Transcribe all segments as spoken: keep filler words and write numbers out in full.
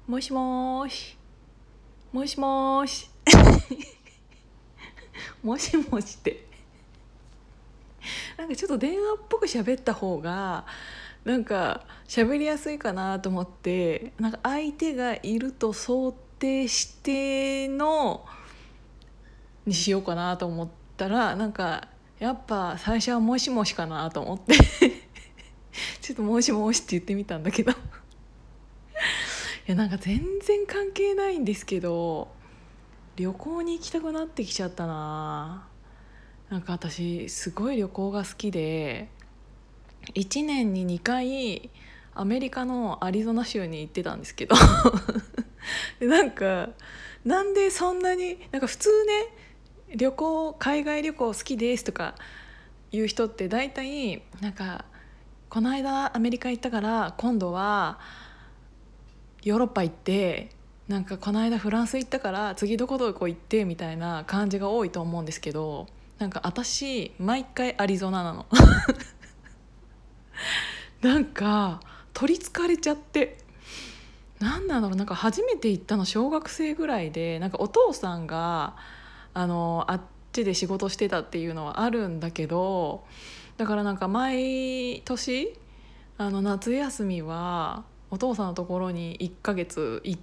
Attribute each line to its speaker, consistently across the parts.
Speaker 1: もしもーしもしもーしもしもしってなんかちょっと電話っぽく喋った方がなんか喋りやすいかなと思って、なんか相手がいると想定してのにしようかなと思ったら、なんかやっぱ最初はもしもしかなと思ってちょっともしもしって言ってみたんだけどいやなんか全然関係ないんですけど、旅行に行きたくなってきちゃったな。なんか私すごい旅行が好きで、いちねんににかいアメリカのアリゾナ州に行ってたんですけどでなんかなんでそんなになんか普通ね、旅行海外旅行好きですとか言う人って大体なんかこの間アメリカ行ったから今度はヨーロッパ行って、なんかこの間フランス行ったから次どこどこ行ってみたいな感じが多いと思うんですけど、なんか私毎回アリゾナなのなんか取りつかれちゃって、なんだろう、なんか初めて行ったの小学生ぐらいで、なんかお父さんがあのあっちで仕事してたっていうのはあるんだけど、だからなんか毎年あの夏休みはお父さんのところにいっかげつ行って、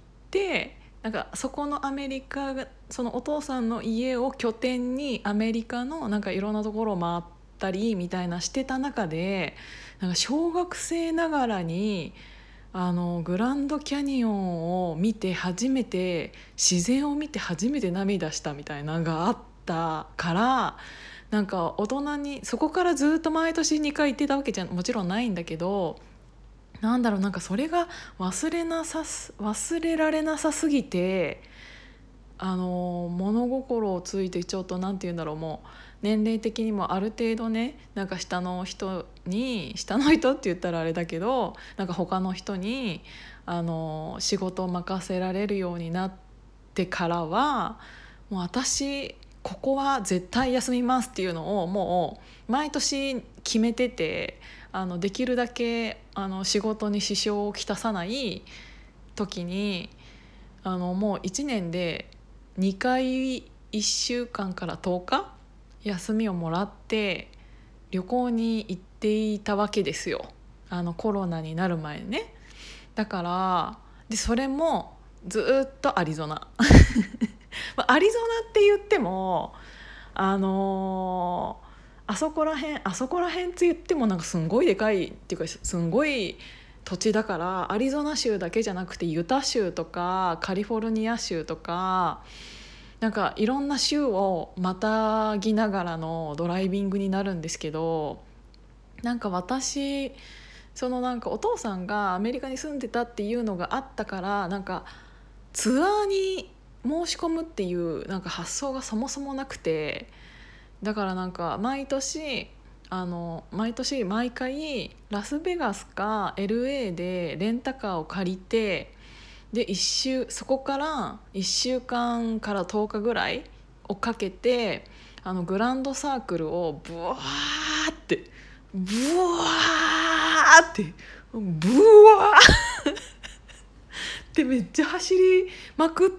Speaker 1: なんかそこのアメリカがそのお父さんの家を拠点にアメリカのなんかいろんなところを回ったりみたいなしてた中で、なんか小学生ながらにあのグランドキャニオンを見て初めて、自然を見て初めて涙したみたいなのがあったから、なんか大人にそこからずっと毎年にかい行ってたわけじゃもちろんないんだけど、なんだろう、なんかそれが忘れなさす忘れられなさすぎて、あの物心をついてちょっとなんて言うんだろう、もう年齢的にもある程度ね、なんか下の人に下の人って言ったらあれだけど、なんか他の人にあの仕事を任せられるようになってからは、もう私ここは絶対休みますっていうのをもう毎年決めてて、あのできるだけあの仕事に支障をきたさない時に、あのもういちねんでにかいいっしゅうかんからとおか休みをもらって旅行に行っていたわけですよ、あのコロナになる前ね。だからでそれもずっとアリゾナアリゾナって言ってもあのーあそこら辺あそこら辺って言ってもなんかすんごいでかいっていうかすんごい土地だから、アリゾナ州だけじゃなくてユタ州とかカリフォルニア州とか、なんかいろんな州をまたぎながらのドライビングになるんですけど、なんか私そのなんかお父さんがアメリカに住んでたっていうのがあったから、なんかツアーに申し込むっていうなんか発想がそもそもなくて、だからなんか毎年あの毎年毎回ラスベガスか エルエー でレンタカーを借りて、で一週そこからいっしゅうかんからとおかぐらいをかけて、あのグランドサークルをブワーってブワーってブワーってめっちゃ走りまくって、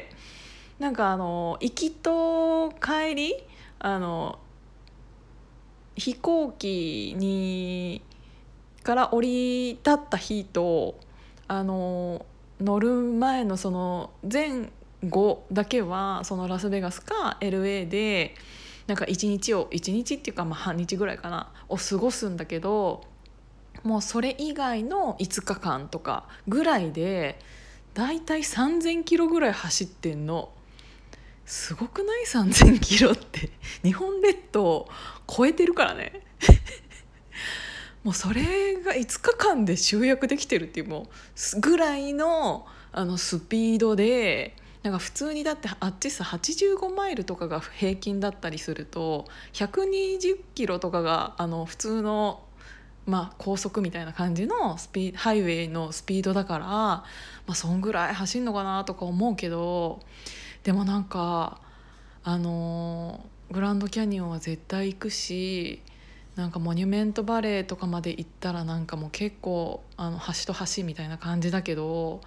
Speaker 1: なんかあの行きと帰り、あの飛行機にから降り立った日と、あの乗る前のその前後だけはそのラスベガスか エルエー でなんか一日を一日っていうかまあ半日ぐらいかなを過ごすんだけど、もうそれ以外のいつかかんとかぐらいでだいたいさんぜんキロぐらい走ってんの。すごくない？ さんぜん キロって日本列島超えてるからねもうそれがいつかかんで集約できてるっていう、もうぐらいの、あのスピードで、なんか普通にだってあっちさはちじゅうごマイルとかが平均だったりすると、ひゃくにじゅっキロとかがあの普通の、まあ、高速みたいな感じのスピハイウェイのスピードだから、まあ、そんぐらい走んのかなとか思うけど、でもなんかあのグランドキャニオンは絶対行くし、なんかモニュメントバレーとかまで行ったらなんかもう結構あの端と端みたいな感じだけど、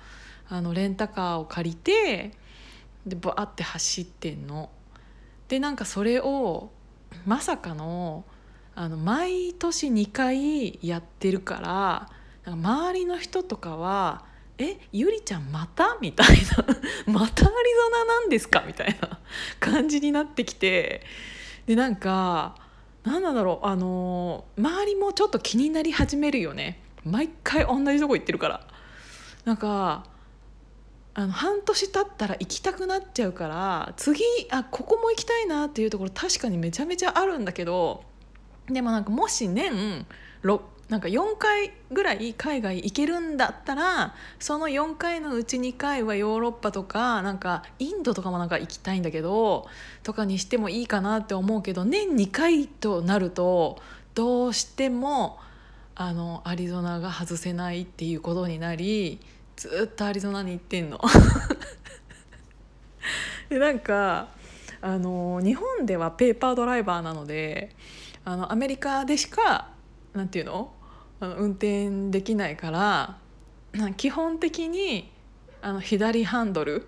Speaker 1: あのレンタカーを借りてでバーって走ってんの。でなんかそれをまさかのあの毎年にかいやってるから、なんか周りの人とかは「えゆりちゃんまた?」みたいな「またアリゾナなんですか?」みたいな感じになってきて、でなんかなんなんだろう、あのー周りもちょっと気になり始めるよね。毎回同じとこ行ってるから。なんかあの半年経ったら行きたくなっちゃうから、次あここも行きたいなっていうところ確かにめちゃめちゃあるんだけど、でもなんかもし年ろなんかよんかいぐらい海外行けるんだったら、そのよんかいのうちにかいはヨーロッパとかなんかインドとかもなんか行きたいんだけどとかにしてもいいかなって思うけど、年にかいとなるとどうしてもあのアリゾナが外せないっていうことになり、ずっとアリゾナに行ってんのでなんかあの日本ではペーパードライバーなので、あのアメリカでしかなんていうのあの運転できないから、基本的にあの左ハンドル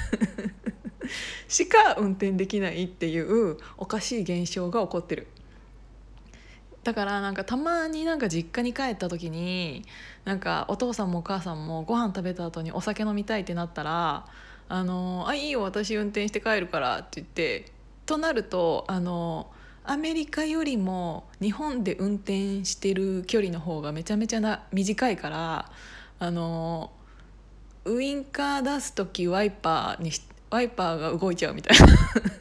Speaker 1: しか運転できないっていうおかしい現象が起こってる。だからなんかたまになんか実家に帰った時になんかお父さんもお母さんもご飯食べた後にお酒飲みたいってなったら「あのあいいよ私運転して帰るから」って言ってとなると、あのアメリカよりも日本で運転してる距離の方がめちゃめちゃな短いから、あのウインカー出す時ワイパーにしワイパーが動いちゃうみたいな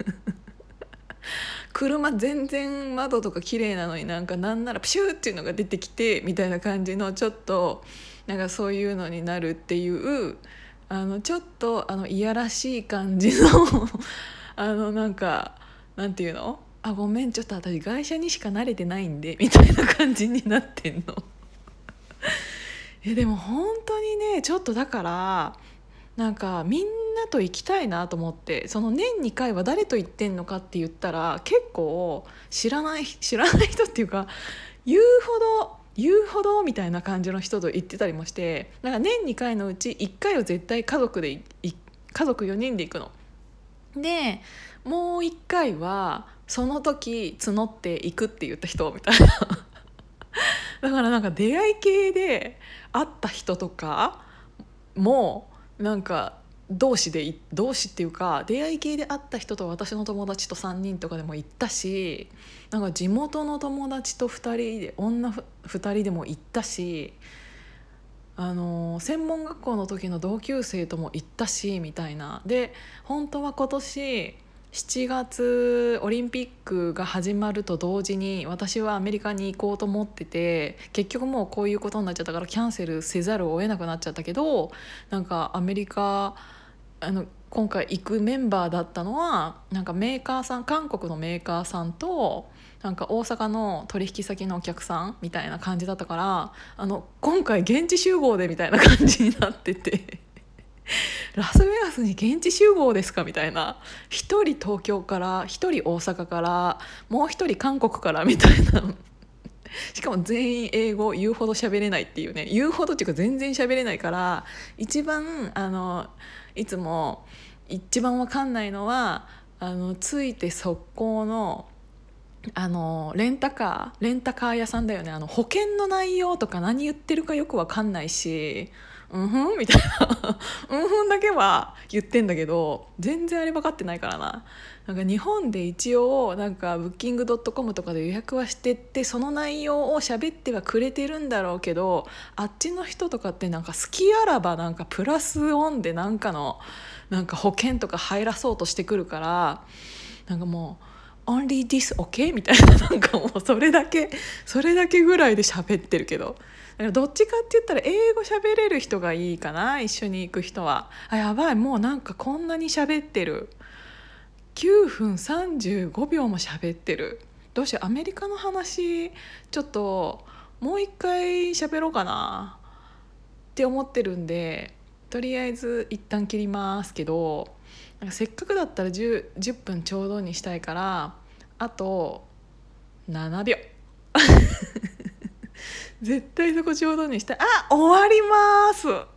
Speaker 1: 車全然窓とか綺麗なのになんかなんならプシューっていうのが出てきてみたいな感じの、ちょっとなんかそういうのになるっていう、あのちょっとあのいやらしい感じのあのなんかなんていうの、あごめんちょっと私会社にしか慣れてないんでみたいな感じになってんのえでも本当にね、ちょっとだからなんかみんなと行きたいなと思って、その年にかいは誰と行ってんのかって言ったら結構知らない知らない人っていうか、言うほど言うほどみたいな感じの人と行ってたりもして、なんか年にかいのうちいっかいは絶対家族でい家族よにんで行くので、もういっかいはその時募って行くって言った人みたいなだからなんか出会い系で会った人とかもなんか同士で同士っていうか出会い系で会った人と私の友達とさんにんとかでも行ったし、なんか地元の友達とふたりで女ふたりでも行ったし、あの専門学校の時の同級生とも行ったしみたいな。で本当は今年しちがつオリンピックが始まると同時に私はアメリカに行こうと思ってて、結局もうこういうことになっちゃったからキャンセルせざるを得なくなっちゃったけど、なんかアメリカあの今回行くメンバーだったのはなんかメーカーさん、韓国のメーカーさんとなんか大阪の取引先のお客さんみたいな感じだったから、あの今回現地集合でみたいな感じになっててラスベガスに現地集合ですかみたいな、ひとり東京からひとり大阪からもうひとり韓国からみたいなしかも全員英語言うほど喋れないっていうね、言うほどっていうか全然喋れないから、一番あのいつも一番わかんないのはあのついて速攻のあのレンタカーレンタカー屋さんだよね。あの保険の内容とか何言ってるかよくわかんないし、うんふんみたいなうんふんだけは言ってんだけど全然あれ分かってないからな。なんか日本で一応なんかブッキングドットコムとかで予約はしてってその内容を喋ってはくれてるんだろうけど、あっちの人とかってなんか好きあらばなんかプラスオンでなんかのなんか保険とか入らそうとしてくるから、なんかもうOnly this OK? みたいな、なんかもうそれだけそれだけぐらいで喋ってるけど、だからどっちかって言ったら英語喋れる人がいいかな、一緒に行く人は。あやばいもうなんかこんなに喋ってる、きゅうふんさんじゅうごびょうも喋ってる。どうしようアメリカの話ちょっともう一回喋ろうかなって思ってるんで、とりあえず一旦切りますけど、なんかせっかくだったら じゅう, じゅっぷんちょうどにしたいからあとななびょう絶対そこちょうどにしたい。あ終わります